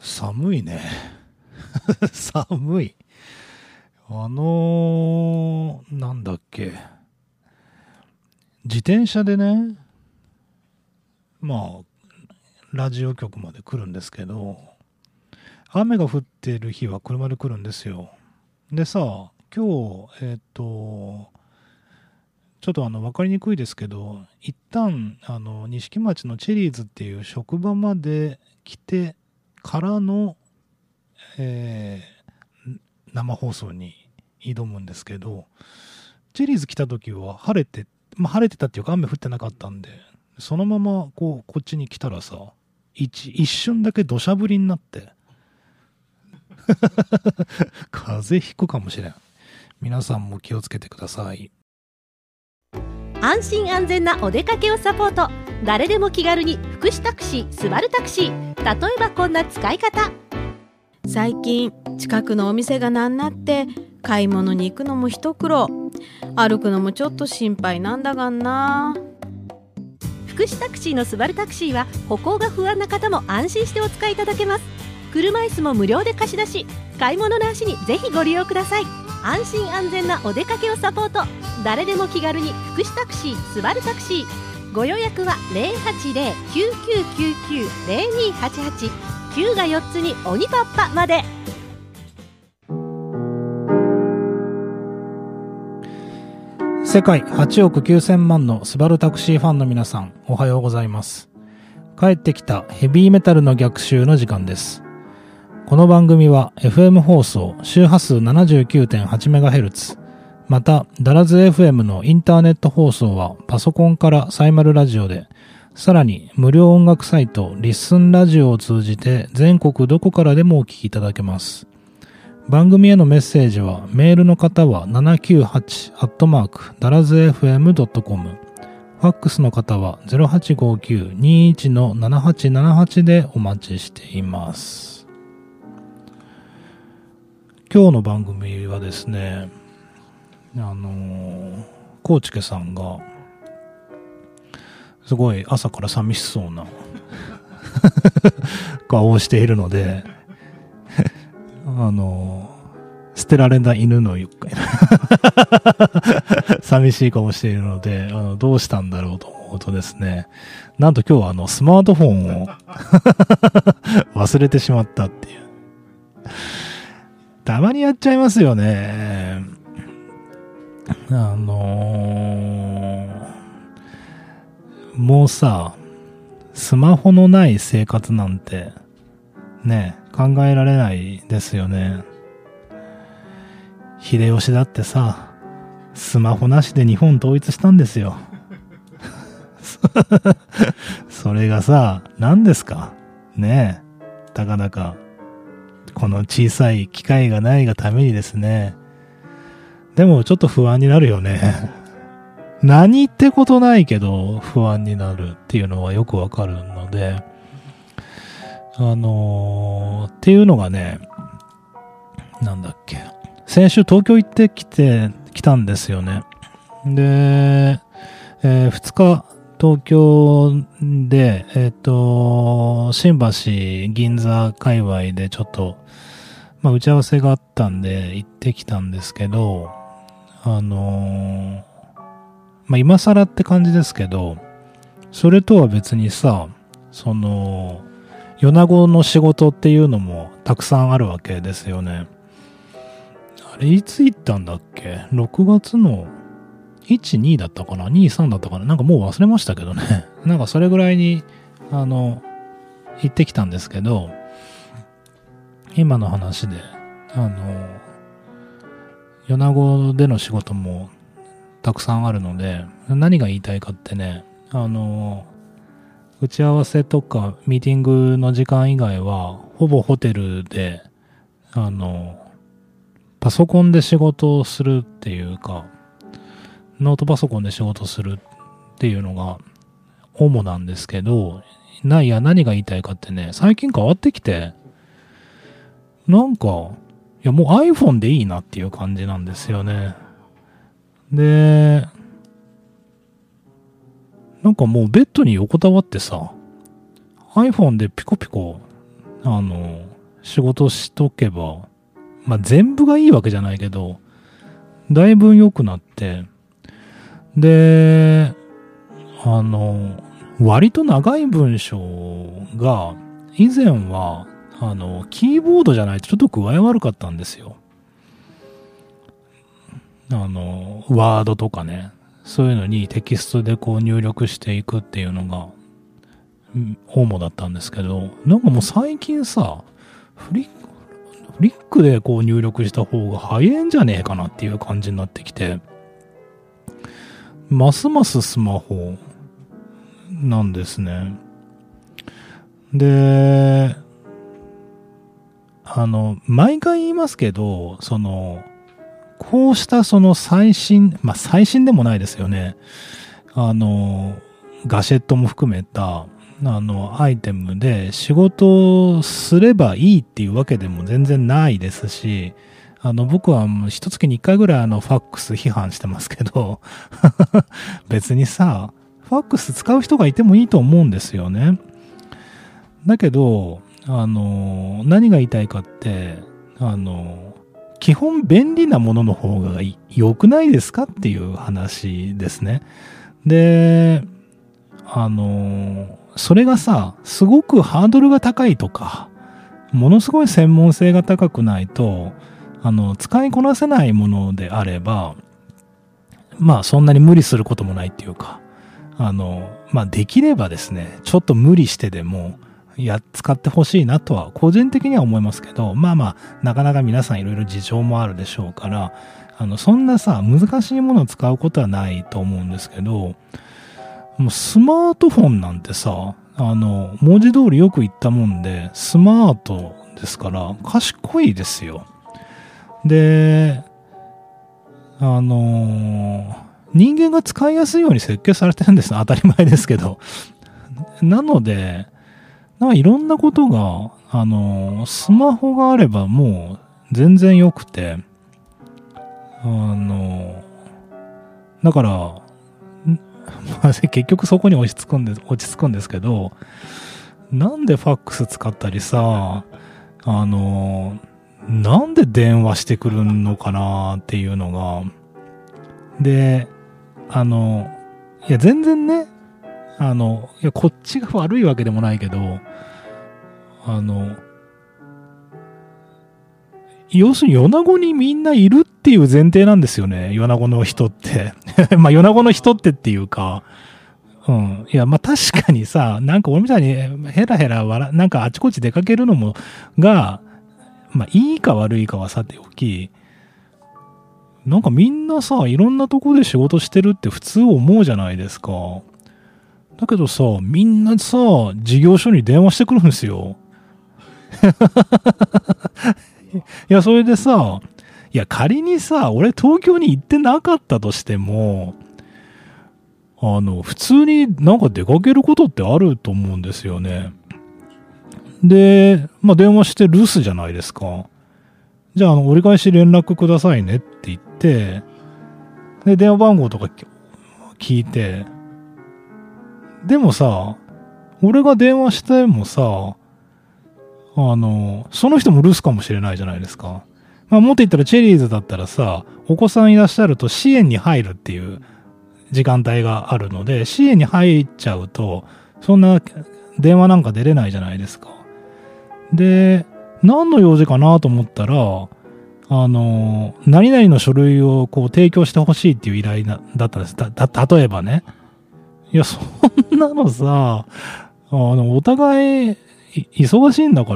寒いね。寒い。なんだっけ。自転車でね、まあ、ラジオ局まで来るんですけど、雨が降ってる日は車で来るんですよ。でさ、今日、ちょっと分かりにくいですけど、一旦、錦町のチェリーズっていう職場まで来てからの、生放送に挑むんですけど、チェリーズ来た時は晴れてたっていうか雨降ってなかったんで、そのままこっちに来たらさ、一瞬だけ土砂降りになって風邪ひくかもしれん。皆さんも気をつけてください。 安心安全なお出かけをサポート、誰でも気軽に福祉タクシー、スバルタクシー。例えばこんな使い方。 最近近くのお店がなんなって買い物に行くのも一苦労、歩くのもちょっと心配なんだがんな。 福祉タクシーのスバルタクシーは歩行が不安な方も安心してお使いいただけます。車椅子も無料で貸し出し、買い物の足にぜひご利用ください。安心安全なお出かけをサポート、誰でも気軽に福祉タクシー、スバルタクシー。ご予約は 080-9999-0288、 9が4つに鬼パッパまで。 世界8億9000万のスバルタクシーファンの皆さん、おはようございます。帰ってきたヘビーメタルの逆襲の時間です。この番組は FM 放送周波数 79.8MHz、 またダラズ FM のインターネット放送はパソコンからサイマルラジオで、さらに無料音楽サイトリッスンラジオを通じて全国どこからでもお聞きいただけます。番組へのメッセージはメールの方は 798@darazfm.com、 ファックスの方は 0859-21-7878 でお待ちしています。今日の番組はですね、コウチケさんがすごい朝から寂しそうな顔をしているので捨てられた犬のゆっかり寂しい顔をしているので、どうしたんだろうと思うとですね、なんと今日はスマートフォンを忘れてしまったっていう。たまにやっちゃいますよね。もうさ、スマホのない生活なんてね、考えられないですよね。秀吉だってさ、スマホなしで日本統一したんですよ。それがさ、何ですかねえ、たかだかこの小さい機械がないがためにですね。でもちょっと不安になるよね。何ってことないけど不安になるっていうのはよくわかるので、っていうのがね、なんだっけ、先週東京行ってきたんですよね。で、2日東京で、新橋銀座界隈でちょっと、打ち合わせがあったんで行ってきたんですけど、今更って感じですけど、それとは別にさ、米子の仕事っていうのもたくさんあるわけですよね。あれいつ行ったんだっけ？ 6 月の1、2だったかな？ 2、3だったかな？なんかもう忘れましたけどね。なんかそれぐらいに、行ってきたんですけど、今の話で、米子での仕事もたくさんあるので、何が言いたいかってね、打ち合わせとかミーティングの時間以外は、ほぼホテルで、パソコンで仕事をするっていうか、ノートパソコンで仕事するっていうのが主なんですけど、何が言いたいかってね、最近変わってきて、なんか、いやもう iPhone でいいなっていう感じなんですよね。で、なんかもうベッドに横たわってさ、iPhone でピコピコ、 仕事しとけば、まあ全部がいいわけじゃないけど、だいぶ良くなって、で、割と長い文章が、以前は、キーボードじゃないとちょっと具合悪かったんですよ。ワードとかね、そういうのにテキストでこう入力していくっていうのが、主だったんですけど、なんかもう最近さ、フリックでこう入力した方が早いんじゃねえかなっていう感じになってきて、ますますスマホなんですね。で、毎回言いますけど、こうした最新でもないですよね。ガジェットも含めた、アイテムで仕事をすればいいっていうわけでも全然ないですし、僕は一月に一回ぐらいファックス批判してますけど、別にさ、ファックス使う人がいてもいいと思うんですよね。だけど、何が言いたいかって、基本便利なものの方が良くないですかっていう話ですね。で、それがさ、すごくハードルが高いとか、ものすごい専門性が高くないと、使いこなせないものであれば、まあそんなに無理することもないっていうか、まあできればですね、ちょっと無理してでも、使ってほしいなとは個人的には思いますけど、まあまあ、なかなか皆さんいろいろ事情もあるでしょうから、そんなさ、難しいものを使うことはないと思うんですけど、もうスマートフォンなんてさ、文字通りよく言ったもんで、スマートですから、賢いですよ。で、人間が使いやすいように設計されてるんです。当たり前ですけど。なので、なんかいろんなことが、スマホがあればもう全然良くて、だから、結局そこに落ち着くんですけど、なんでファックス使ったりさ、なんで電話してくるのかなっていうのが、で、いや全然ね、いやこっちが悪いわけでもないけど、要するに米子にみんないるっていう前提なんですよね、米子の人って。まあ米子の人っていうか、うん。いや、まあ確かにさ、なんか俺みたいにヘラヘラなんかあちこち出かけるのも、まあいいか悪いかはさておき、なんかみんなさ、いろんなとこで仕事してるって普通思うじゃないですか。だけどさ、みんなさ、事業所に電話してくるんですよ。いや、それでさ、いや、仮にさ、俺東京に行ってなかったとしても、普通になんか出かけることってあると思うんですよね。で、まあ、電話して留守じゃないですか。じゃあ、折り返し連絡くださいねって言って、で、電話番号とか聞いて、でもさ、俺が電話してもさ、その人も留守かもしれないじゃないですか。まあ、もっと言ったらチェリーズだったらさ、お子さんいらっしゃると支援に入るっていう時間帯があるので、支援に入っちゃうと、そんな電話なんか出れないじゃないですか。で、何の用事かなと思ったら、何々の書類をこう提供してほしいっていう依頼だったんです。例えばね。いや、そんなのさ、お互い忙しいんだから、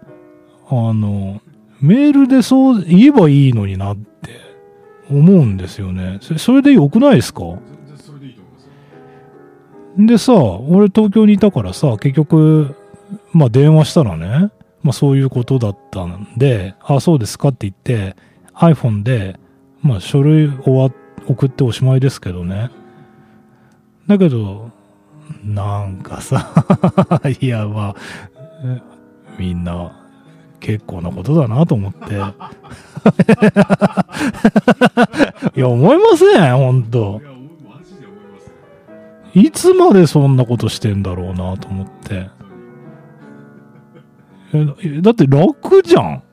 メールでそう言えばいいのになって思うんですよね。それで良くないですか？全然それでいいと思います。でさ、俺東京にいたからさ、結局、まあ電話したらね、まあそういうことだったんで、あ、そうですかって言って、iPhone で、まあ書類送っておしまいですけどね。だけど、なんかさ、いやまあ、みんな結構なことだなと思って。いや、思いません、ほんと。いつまでそんなことしてんだろうなと思って。いだって楽じゃん。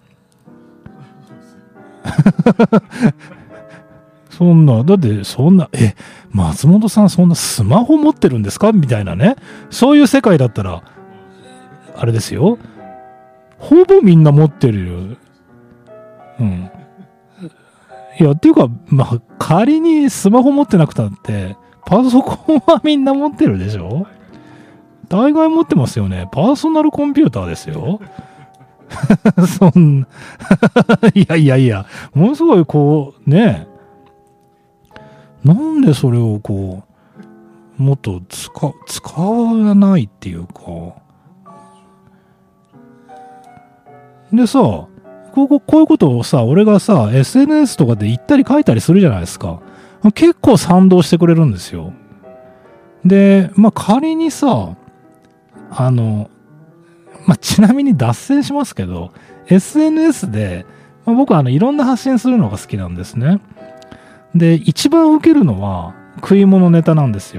そんな、だってそんな、松本さんそんなスマホ持ってるんですかみたいなね。そういう世界だったら、あれですよ。ほぼみんな持ってるよ。うん。いや、っていうか、まあ、仮にスマホ持ってなくたって、パソコンはみんな持ってるでしょ？大概持ってますよね。パーソナルコンピューターですよ。そんな、いや、ものすごいこう、ね、なんでそれをこう、もっと使わないっていうか。でさ、こういうことをさ、俺がさ、SNS とかで言ったり書いたりするじゃないですか。結構賛同してくれるんですよ。で、まあ、仮にさ、まあ、ちなみに脱線しますけど、SNS で、まあ、僕はいろんな発信するのが好きなんですね。で、一番受けるのは食い物ネタなんですよ。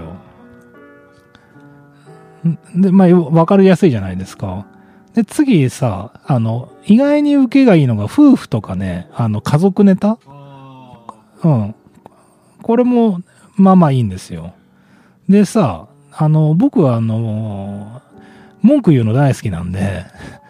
で、まあ、わかりやすいじゃないですか。で、次さ、意外に受けがいいのが夫婦とかね、家族ネタ？うん。これも、まあまあいいんですよ。でさ、僕は文句言うの大好きなんで、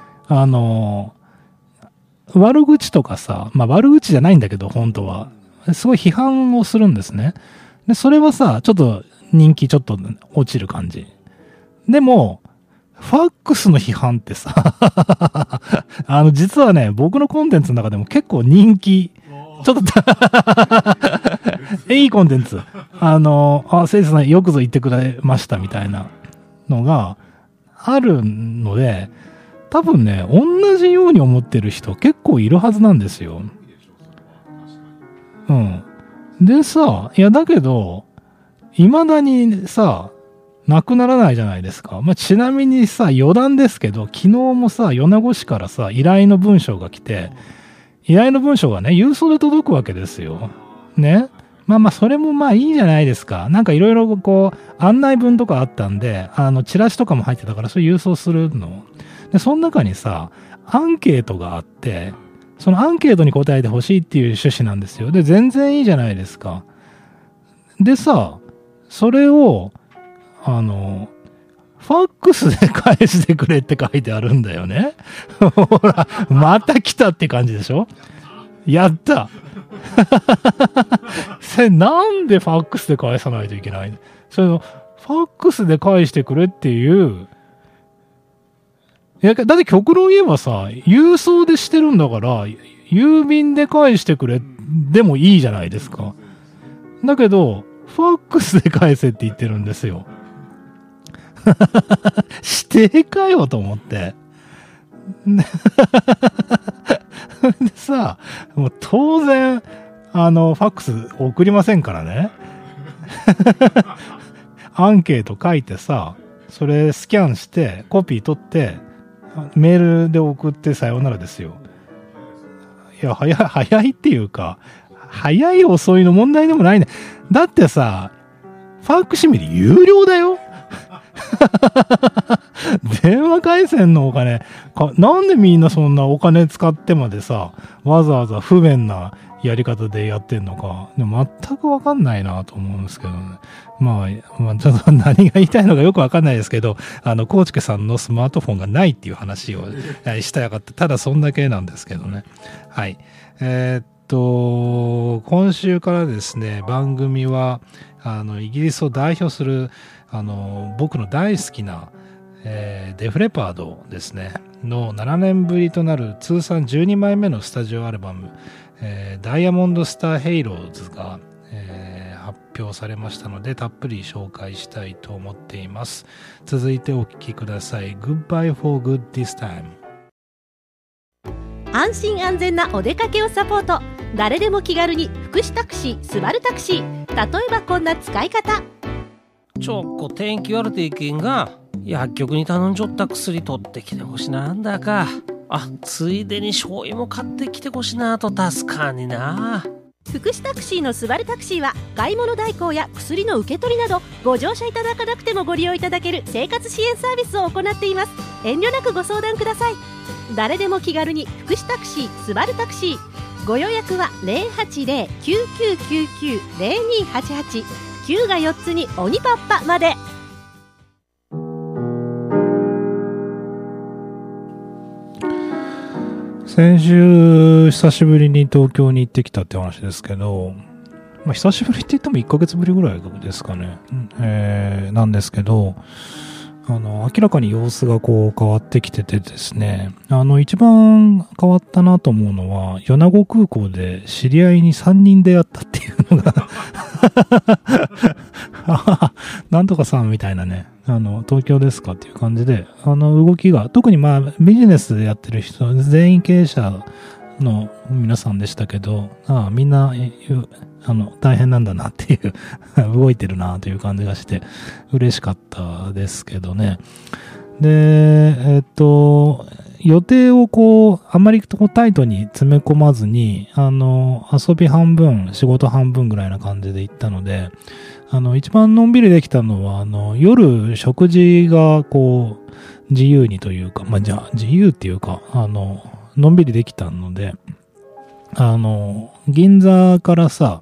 悪口とかさ、まあ悪口じゃないんだけど、本当は。すごい批判をするんですね。で、それはさ、ちょっと人気ちょっと落ちる感じ。でも、ファックスの批判ってさ、実はね、僕のコンテンツの中でも結構人気、ちょっといいコンテンツ。せいさんよくぞ言ってくれましたみたいなのがあるので、多分ね、同じように思ってる人結構いるはずなんですよ。うん。でさ、いやだけど、未だにさ、なくならないじゃないですか。まあ、ちなみにさ、余談ですけど、昨日もさ、米子市からさ、依頼の文章が来て、依頼の文章がね、郵送で届くわけですよ。ね。まあまあ、それもまあいいじゃないですか。なんかいろいろこう、案内文とかあったんで、チラシとかも入ってたから、それ郵送するの。で、その中にさ、アンケートがあって、そのアンケートに答えてほしいっていう趣旨なんですよ。で、全然いいじゃないですか。でさ、それを、ファックスで返してくれって書いてあるんだよね。ほら、また来たって感じでしょ？やったなんでファックスで返さないといけないの？それの、ファックスで返してくれっていう、いや、だって極論言えばさ、郵送でしてるんだから、郵便で返してくれでもいいじゃないですか。だけど、ファックスで返せって言ってるんですよ。指定かよと思って。でさ、もう当然、ファックス送りませんからね。アンケート書いてさ、それスキャンして、コピー取って、メールで送ってさようならですよ。いや、早いっていうか、早い遅いの問題でもないね。だってさ、ファックシミリ有料だよ。電話回線のお金なんでみんなそんなお金使ってまでさ、わざわざ不便なやり方でやってんのか、でも全くわかんないなと思うんですけどね。まあちょっと何が言いたいのかよくわかんないですけど、コウチケさんのスマートフォンがないっていう話をしたやがって、ただそんだけなんですけどね。はい。今週からですね、番組はイギリスを代表する僕の大好きな、デフレパードですねの7年ぶりとなる通算12枚目のスタジオアルバム、ダイヤモンドスターヘイローズが、発表されましたので、たっぷり紹介したいと思っています。続いてお聴きください。 Goodbye for good this time。 安心安全なお出かけをサポート、誰でも気軽に福祉タクシー、スバルタクシー。例えばこんな使い方。 ちょっこ天気悪ていけんが、薬局に頼んじょった薬取ってきてほしなんだか。ついでに醤油も買ってきてほしなと助かんにな。 福祉タクシーのスバルタクシーは買い物代行や薬の受け取りなどご乗車いただかなくてもご利用いただける生活支援サービスを行っています。遠慮なくご相談ください。誰でも気軽に福祉タクシースバルタクシー、ご予約は 080-9999-0288 9が4つに鬼パッパまで。 先週久しぶりに東京に行ってきたって話ですけど、まあ久しぶりって言っても1ヶ月ぶりぐらいですかね、なんですけど、明らかに様子がこう変わってきててですね、一番変わったなと思うのは、米子空港で知り合いに3人出会ったっていうのがなんとかさんみたいなね、東京ですかっていう感じで、動きが、特にまあビジネスでやってる人、全員経営者の皆さんでしたけど、みんな、大変なんだなっていう動いてるなという感じがして嬉しかったですけどね。で、予定をこうあんまりタイトに詰め込まずに遊び半分仕事半分ぐらいな感じで行ったので、一番のんびりできたのは夜食事がこう自由にというか、まあじゃあ自由っていうかのんびりできたので、銀座からさ、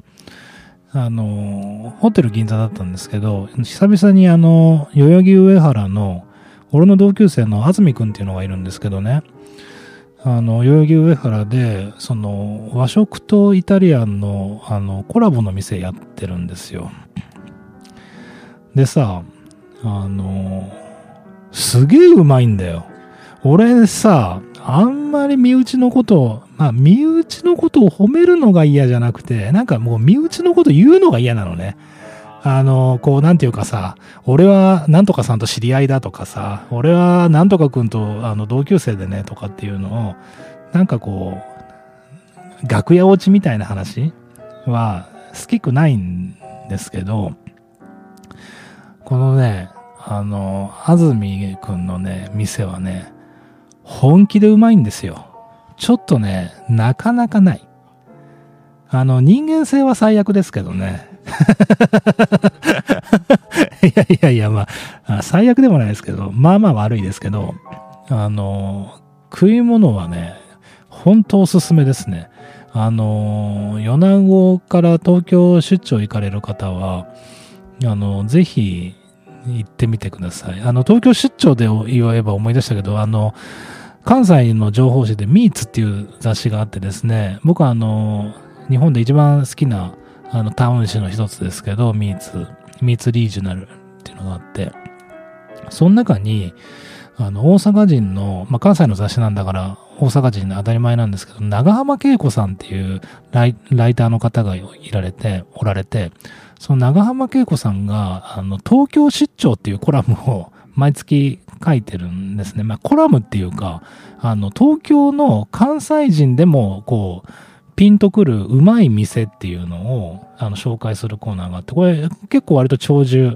ホテル銀座だったんですけど、久々に代々木上原の、俺の同級生の安住くんっていうのがいるんですけどね、代々木上原で、和食とイタリアンの、コラボの店やってるんですよ。でさ、すげえうまいんだよ。俺さ、あんまり身内のことを褒めるのが嫌じゃなくて、なんかもう身内のこと言うのが嫌なのね。こうなんていうかさ、俺はなんとかさんと知り合いだとかさ、俺はなんとかくんと同級生でねとかっていうのを、なんかこう、楽屋落ちみたいな話は好きくないんですけど、このね、安住くんのね、店はね、本気でうまいんですよ。ちょっとね、なかなかない。人間性は最悪ですけどね。いや、まあ、最悪でもないですけど、まあまあ悪いですけど、食い物はね、本当おすすめですね。米子から東京出張行かれる方は、ぜひ行ってみてください。東京出張で言えば思い出したけど、関西の情報誌でミーツっていう雑誌があってですね、僕は日本で一番好きなタウン誌の一つですけど、ミーツリージョナルっていうのがあって、その中に大阪人の、まあ、関西の雑誌なんだから大阪人で当たり前なんですけど、長浜恵子さんっていうライターの方がおられて、その長浜恵子さんが東京出張っていうコラムを毎月書いてるんですね。まあコラムっていうか、東京の関西人でもこうピンとくるうまい店っていうのを紹介するコーナーがあって、これ結構割と長寿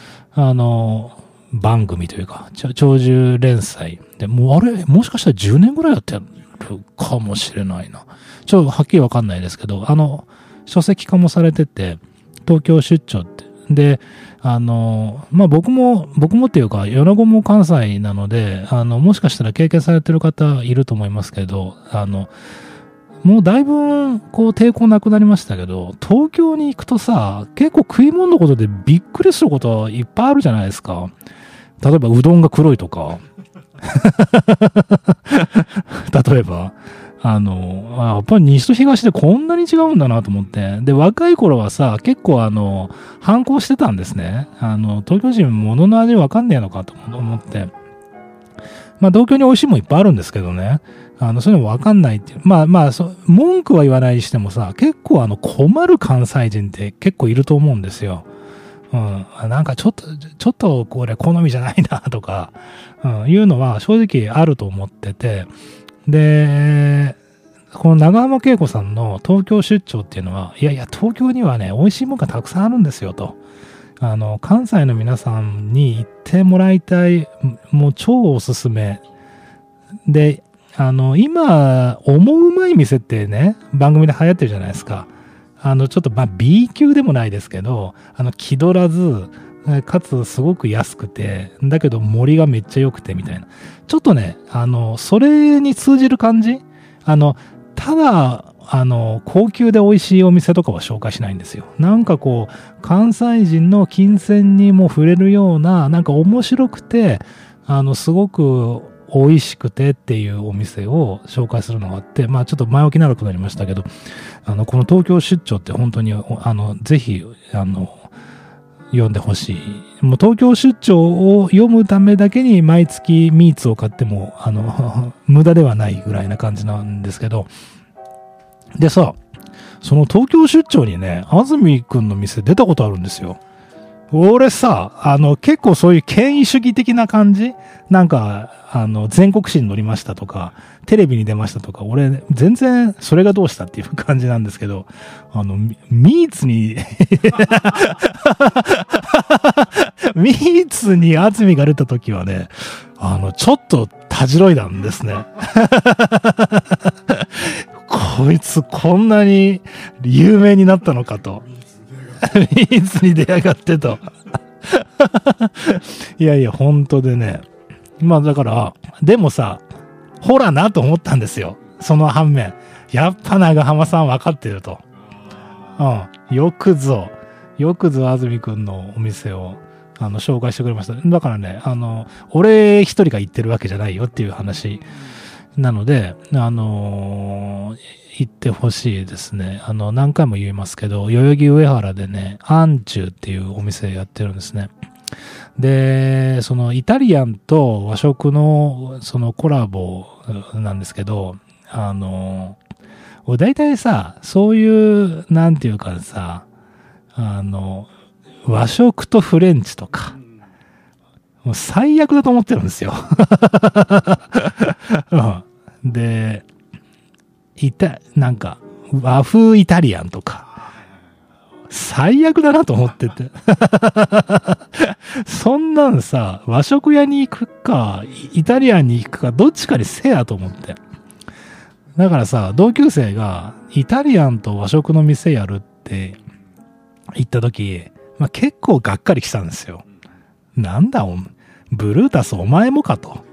番組というか長寿連載で、もうもしかしたら10年ぐらいやってるかもしれないな。ちょっとはっきりわかんないですけど、書籍化もされてて、東京出張って。で、まあ、僕もっていうか、米子も関西なので、もしかしたら経験されてる方いると思いますけど、もうだいぶ、こう、抵抗なくなりましたけど、東京に行くとさ、結構食い物のことでびっくりすることはいっぱいあるじゃないですか。例えば、うどんが黒いとか。例えば、やっぱり西と東でこんなに違うんだなと思って。で、若い頃はさ、結構反抗してたんですね。東京人物の味わかんねえのかと思って。まあ、東京に美味しいもんいっぱいあるんですけどね。そういうのもわかんないっていう。まあ、文句は言わないにしてもさ、結構困る関西人って結構いると思うんですよ。うん。なんかちょっとこれ好みじゃないなとか、いうのは正直あると思ってて。で、この長浜恵子さんの東京出張っていうのは、いやいや、東京にはね、美味しいものがたくさんあるんですよと。関西の皆さんに行ってもらいたい、もう超おすすめ。で、今、思うまい店ってね、番組で流行ってるじゃないですか。 ちょっとB 級でもないですけど、気取らず、かつすごく安くて、だけど森がめっちゃ良くてみたいな。ちょっとね、それに通じる感じ？ただ、高級で美味しいお店とかは紹介しないんですよ。なんかこう、関西人の金銭にも触れるような、なんか面白くて、すごく美味しくてっていうお店を紹介するのがあって、ちょっと前置き長くなりましたけど、この東京出張って本当に、ぜひ、読んでほしい。もう東京出張を読むためだけに毎月ミーツを買っても、無駄ではないぐらいな感じなんですけど、でさ、その東京出張にね、安住くんの店出たことあるんですよ。俺さ、結構そういう権威主義的な感じ？なんか、全国紙に載りましたとか、テレビに出ましたとか、俺、全然それがどうしたっていう感じなんですけど、ミーツに、ミーツに安住が出た時はね、ちょっとたじろいだんですね。こいつこんなに有名になったのかと。ミーツに出やがってと。いやいや、本当でね。だから、でもさ、ほらなと思ったんですよ。その反面。やっぱ長浜さん分かってると。よくぞ安住くんのお店を、紹介してくれました。だからね、俺一人が言ってるわけじゃないよっていう話なので、行ってほしいですね。何回も言いますけど、代々木上原でね、アンチュっていうお店やってるんですね。で、そのイタリアンと和食のそのコラボなんですけど、大体さ、そういう、なんていうかさ、和食とフレンチとか、もう最悪だと思ってるんですよ。で、なんか、和風イタリアンとか、最悪だなと思ってて。そんなんさ、和食屋に行くか、イタリアンに行くか、どっちかにせやと思って。だからさ、同級生がイタリアンと和食の店やるって言った時、結構がっかりしたんですよ。なんだブルータスお前もかと。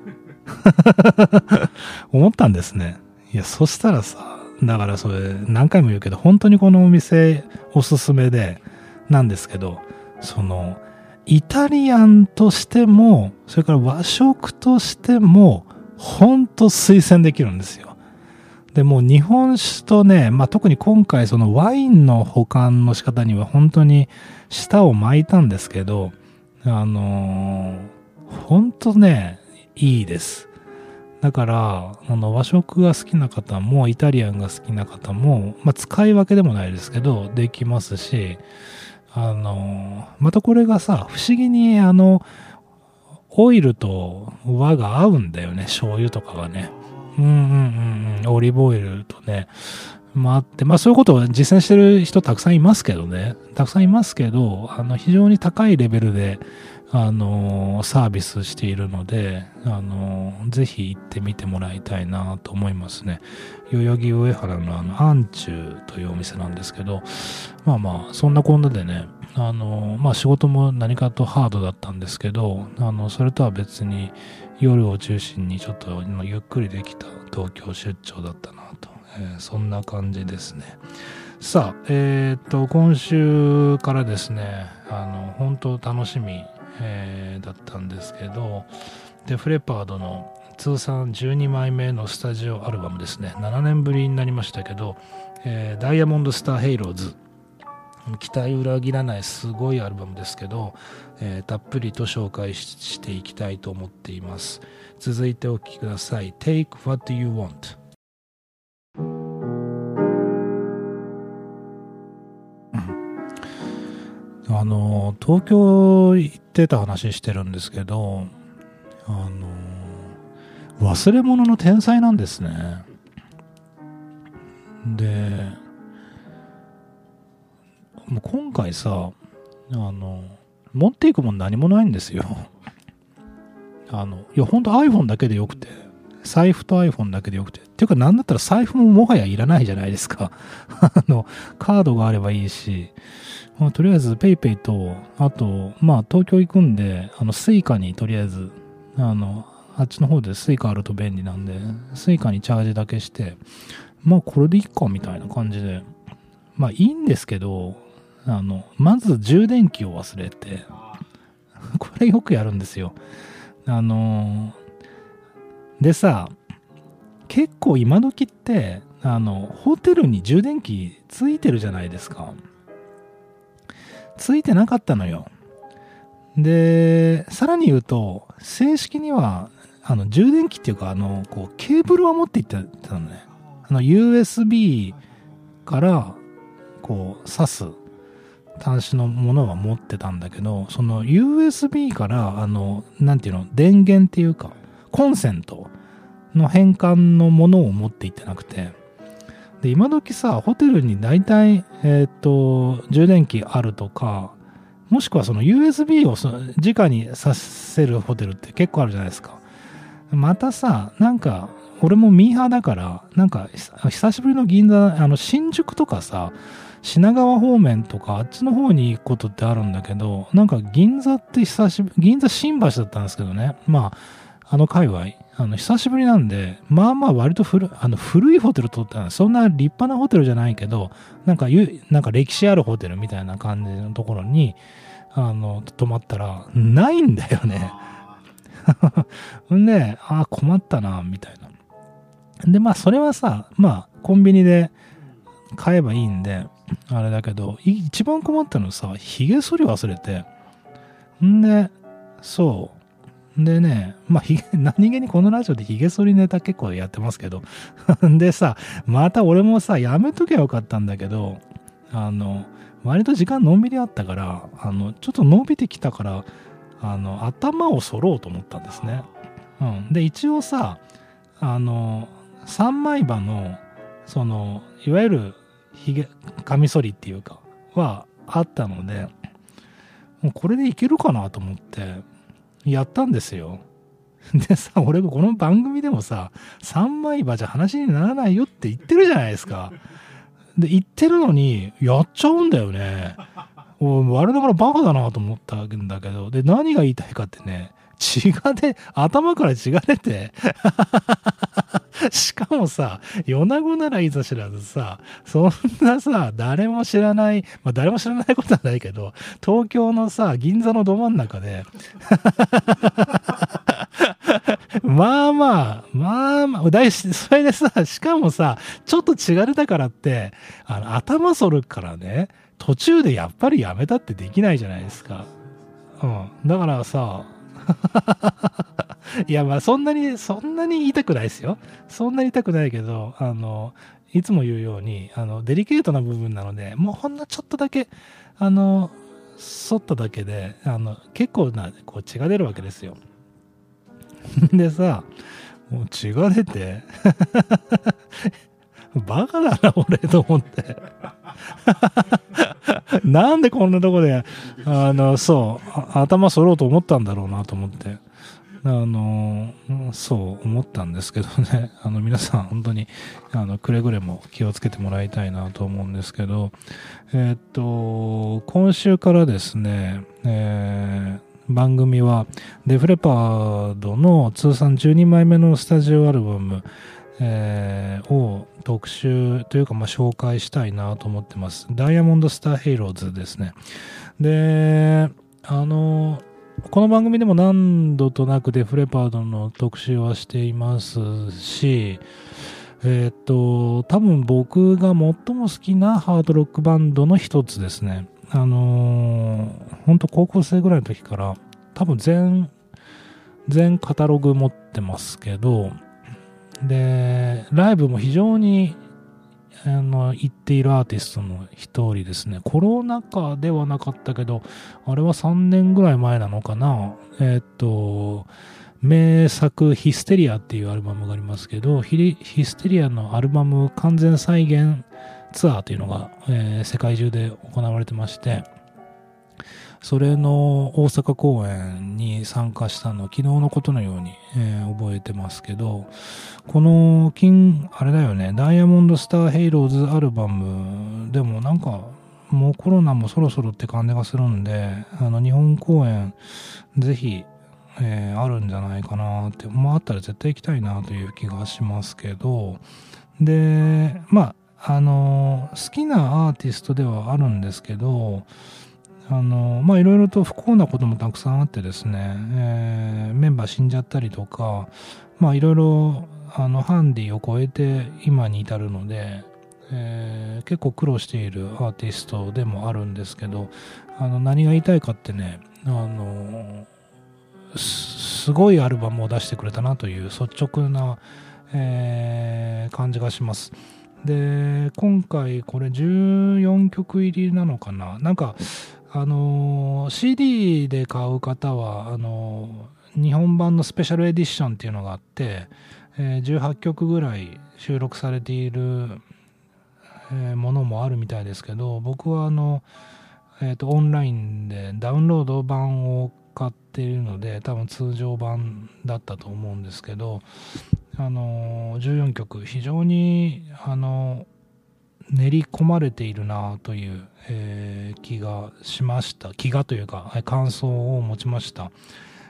思ったんですね。いや、そしたらさ、だからそれ何回も言うけど、本当にこのお店おすすめでなんですけど、そのイタリアンとしても、それから和食としても本当推薦できるんですよ。でもう日本酒とね、特に今回そのワインの保管の仕方には本当に舌を巻いたんですけど、本当ね、いいです。だから、和食が好きな方も、イタリアンが好きな方も、使い分けでもないですけど、できますし、またこれがさ、不思議に、オイルと和が合うんだよね、醤油とかがね。オリーブオイルとね。あって、そういうことを実践してる人たくさんいますけどね。非常に高いレベルで、サービスしているので、ぜひ行ってみてもらいたいなと思いますね。代々木上原のアンチュというお店なんですけど、そんなこんなでね、仕事も何かとハードだったんですけど、それとは別に夜を中心にちょっとゆっくりできた東京出張だったなと、そんな感じですね。さあ、今週からですね、本当楽しみ、だったんですけど、デフレパードの通算12枚目のスタジオアルバムですね。7年ぶりになりましたけど、ダイヤモンドスターヘイローズ、期待裏切らないすごいアルバムですけど、たっぷりと紹介していきたいと思っています。続いてお聴きください。 Take What You Want。東京行ってた話してるんですけど、忘れ物の天才なんですね。で、もう今回さ、持っていくもん何もないんですよ。いや、ほんと iPhone だけでよくて、 財布と iPhone だけでよくて。っていうか、なんだったら財布ももはやいらないじゃないですか。カードがあればいいし、とりあえず PayPay と、あと、東京行くんで、スイカにとりあえず、あっちの方でスイカあると便利なんで、スイカにチャージだけして、これでいいかみたいな感じで、いいんですけど、まず充電器を忘れて、これよくやるんですよ。でさ、結構今時って、ホテルに充電器ついてるじゃないですか。ついてなかったのよ。で、さらに言うと、正式には、充電器っていうか、ケーブルは持っていってたのね。USB から、挿す端子のものは持ってたんだけど、その USB から、なんていうの、電源っていうか、コンセントの変換のものを持っていってなくて、で、今時さ、ホテルに大体、充電器あるとか、もしくはその USB を直にさせるホテルって結構あるじゃないですか。またさ、なんか、俺もミーハーだから、なんか、久しぶりの銀座、新宿とかさ、品川方面とか、あっちの方に行くことってあるんだけど、なんか銀座って銀座新橋だったんですけどね。界隈、久しぶりなんで、割と古いホテル取ったの。そんな立派なホテルじゃないけど、なんか歴史あるホテルみたいな感じのところに、泊まったら、ないんだよね。んで、困ったな、みたいな。で、それはさ、コンビニで買えばいいんで、あれだけど、一番困ったのさ、髭剃り忘れて。んで、そう。でね、何気にこのラジオで髭剃りネタ結構やってますけど。でさ、また俺もさ、やめときゃよかったんだけど、割と時間のんびりあったから、ちょっと伸びてきたから、頭を剃ろうと思ったんですね。で、一応さ、三枚刃の、いわゆるカミソリっていうか、はあったので、もうこれでいけるかなと思って、やったんですよ。でさ、俺この番組でもさ、三枚刃じゃ話にならないよって言ってるじゃないですか。で、言ってるのに、やっちゃうんだよね。我ながらバカだなと思ったんだけど、で、何が言いたいかってね、頭から血が出て、しかもさ、米子ならいざ知らずさ、そんなさ、誰も知らないことはないけど、東京のさ、銀座のど真ん中で、それでさ、しかもさ、ちょっと血が出たからって、頭剃るからね、途中でやっぱりやめたってできないじゃないですか。だからさ、いや、そんなに痛くないですよ。そんなに痛くないけど、いつも言うように、デリケートな部分なので、もうほんのちょっとだけ、反っただけで、結構な、血が出るわけですよ。でさ、もう血が出て、バカだな、俺、と思って。なんでこんなとこで、頭剃ろうと思ったんだろうなと思って。そう思ったんですけどね。皆さん本当に、くれぐれも気をつけてもらいたいなと思うんですけど、今週からですね、番組はデフレパードの通算12枚目のスタジオアルバム、を特集というか紹介したいなと思ってます。ダイヤモンドスターヘイローズですね。で、この番組でも何度となくデフレパードの特集はしていますし、多分僕が最も好きなハードロックバンドの一つですね。本当高校生ぐらいの時から多分全カタログ持ってますけど、で、ライブも非常に行っているアーティストの一人ですね。コロナ禍ではなかったけど、あれは3年ぐらい前なのかな。名作ヒステリアっていうアルバムがありますけど、ヒステリアのアルバム完全再現ツアーというのが、世界中で行われてまして、 それの大阪公演に参加したの昨日のことのように、覚えてますけど、このあれだよね、ダイヤモンドスターヘイローズアルバムでもなんかもうコロナもそろそろって感じがするんで、日本公演ぜひ、あるんじゃないかなって、あったら絶対行きたいなという気がしますけど、で好きなアーティストではあるんですけど、いろいろと不幸なこともたくさんあってですね、メンバー死んじゃったりとか、いろいろハンディを超えて今に至るので、結構苦労しているアーティストでもあるんですけど、何が言いたいかってね、すごいアルバムを出してくれたなという率直な、感じがします。で、今回これ14曲入りなのかな、なんかCD で買う方は日本版のスペシャルエディションっていうのがあって、18曲ぐらい収録されている、ものもあるみたいですけど、僕はオンラインでダウンロード版を買っているので多分通常版だったと思うんですけど、14曲非常に練り込まれているなという、気がしました。気がというか感想を持ちました。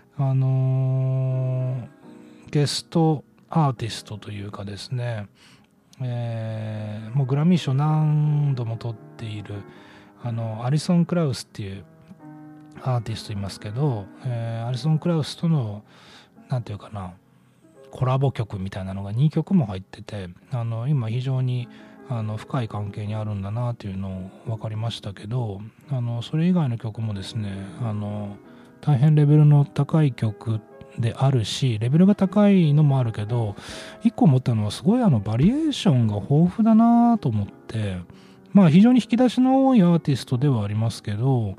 ゲストアーティストというかですね、もうグラミー賞何度も取っているアリソン・クラウスっていうアーティストいますけど、アリソン・クラウスとのなんていうかなコラボ曲みたいなのが2曲も入ってて、今非常に深い関係にあるんだなというのを分かりましたけど、それ以外の曲もですね、大変レベルの高い曲であるし、レベルが高いのもあるけど、一個思ったのはすごいバリエーションが豊富だなと思って、非常に引き出しの多いアーティストではありますけど、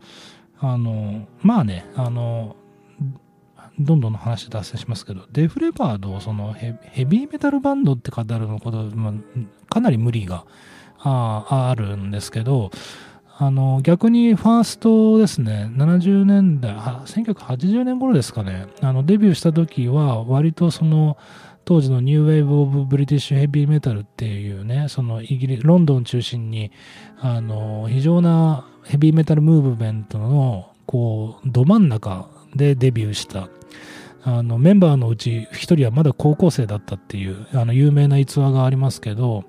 どんどん話脱線しますけど、デフレパードをそのヘビーメタルバンドって語るのこと、かなり無理があるんですけど、逆にファーストですね、70年代、1980年頃ですかね、デビューした時は割とその当時のニューウェーブ・オブ・ブリティッシュ・ヘビーメタルっていうね、そのロンドン中心に非常なヘビーメタルムーブメントのこうど真ん中でデビューしたメンバーのうち一人はまだ高校生だったっていう有名な逸話がありますけど、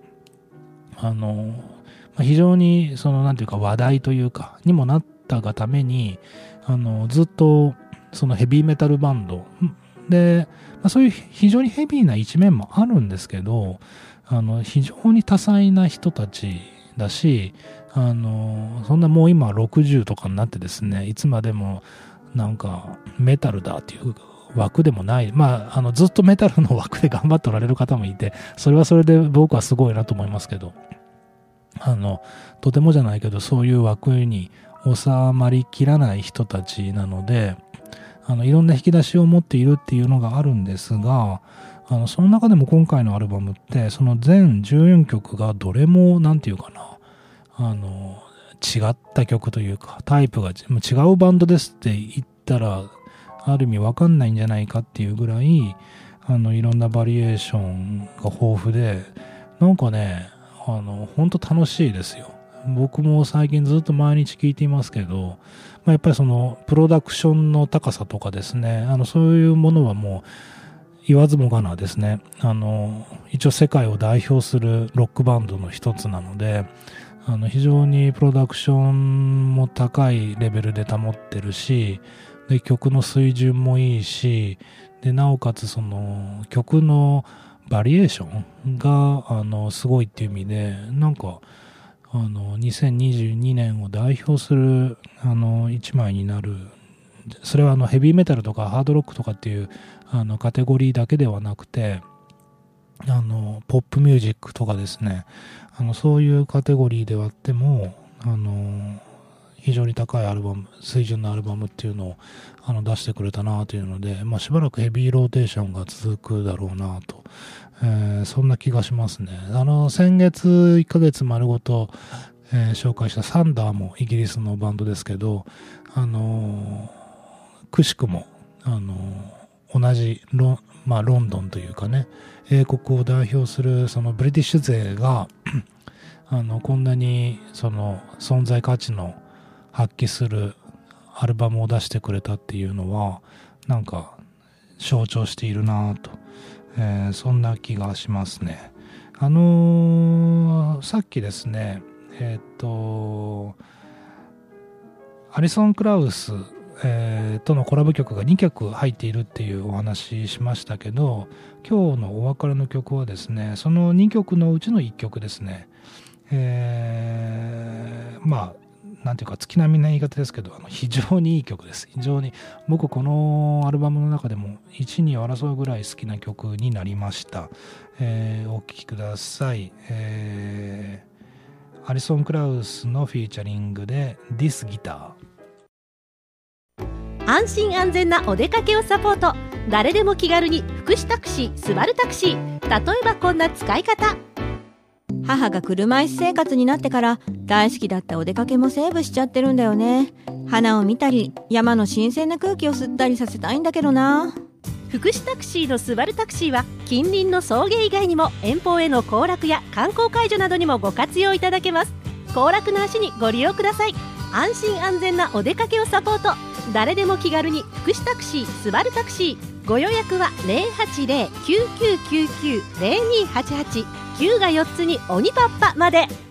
非常にそのなんていうか話題というかにもなったがためにずっとそのヘビーメタルバンドで、そういう非常にヘビーな一面もあるんですけど、非常に多彩な人たちだし、そんなもう今60とかになってですね、いつまでもなんかメタルだっていう枠でもない、ずっとメタルの枠で頑張っておられる方もいて、それはそれで僕はすごいなと思いますけど、とてもじゃないけどそういう枠に収まりきらない人たちなので、いろんな引き出しを持っているっていうのがあるんですが、その中でも今回のアルバムってその全14曲がどれもなんていうかな、違った曲というかタイプが違うバンドですって言ったらある意味わかんないんじゃないかっていうぐらいいろんなバリエーションが豊富で、なんかね本当楽しいですよ。僕も最近ずっと毎日聞いていますけど、やっぱりそのプロダクションの高さとかですね、そういうものはもう言わずもがなですね。一応世界を代表するロックバンドの一つなので、非常にプロダクションも高いレベルで保ってるし、で曲の水準もいいし、でなおかつその曲のバリエーションがすごいっていう意味で、なんか2022年を代表する一枚になる。それはヘビーメタルとかハードロックとかっていうカテゴリーだけではなくて、ポップミュージックとかですね、そういうカテゴリーではあっても非常に高いアルバム、水準のアルバムっていうのを出してくれたなというので、しばらくヘビーローテーションが続くだろうなと、そんな気がしますね。先月1ヶ月丸ごと、 紹介したサンダーもイギリスのバンドですけど、くしくも、同じロンドンというかね、英国を代表するそのブリティッシュ勢がこんなにその存在価値の発揮するアルバムを出してくれたっていうのはなんか象徴しているなと、そんな気がしますね。さっきですねアリソン・クラウス、とのコラボ曲が2曲入っているっていうお話しましたけど、今日のお別れの曲はですねその2曲のうちの1曲ですね。なんていうか月並みな言い方ですけど非常にいい曲です。非常に僕このアルバムの中でも1、2を争うぐらい好きな曲になりました。お聴きください。アリソン・クラウスのフィーチャリングで This Guitar。 安心安全なお出かけをサポート。誰でも気軽に福祉タクシー、スバルタクシー。例えばこんな使い方。 母が車椅子生活になってから大好きだったお出かけもセーブしちゃってるんだよね。花を見たり山の新鮮な空気を吸ったりさせたいんだけどな。 福祉タクシーのスバルタクシーは近隣の送迎以外にも遠方への行楽や観光解除などにもご活用いただけます。行楽の足にご利用ください。安心安全なお出かけをサポート。誰でも気軽に福祉タクシー、スバルタクシー。ご予約は 080-9999-0288 9が4つに鬼パッパまで。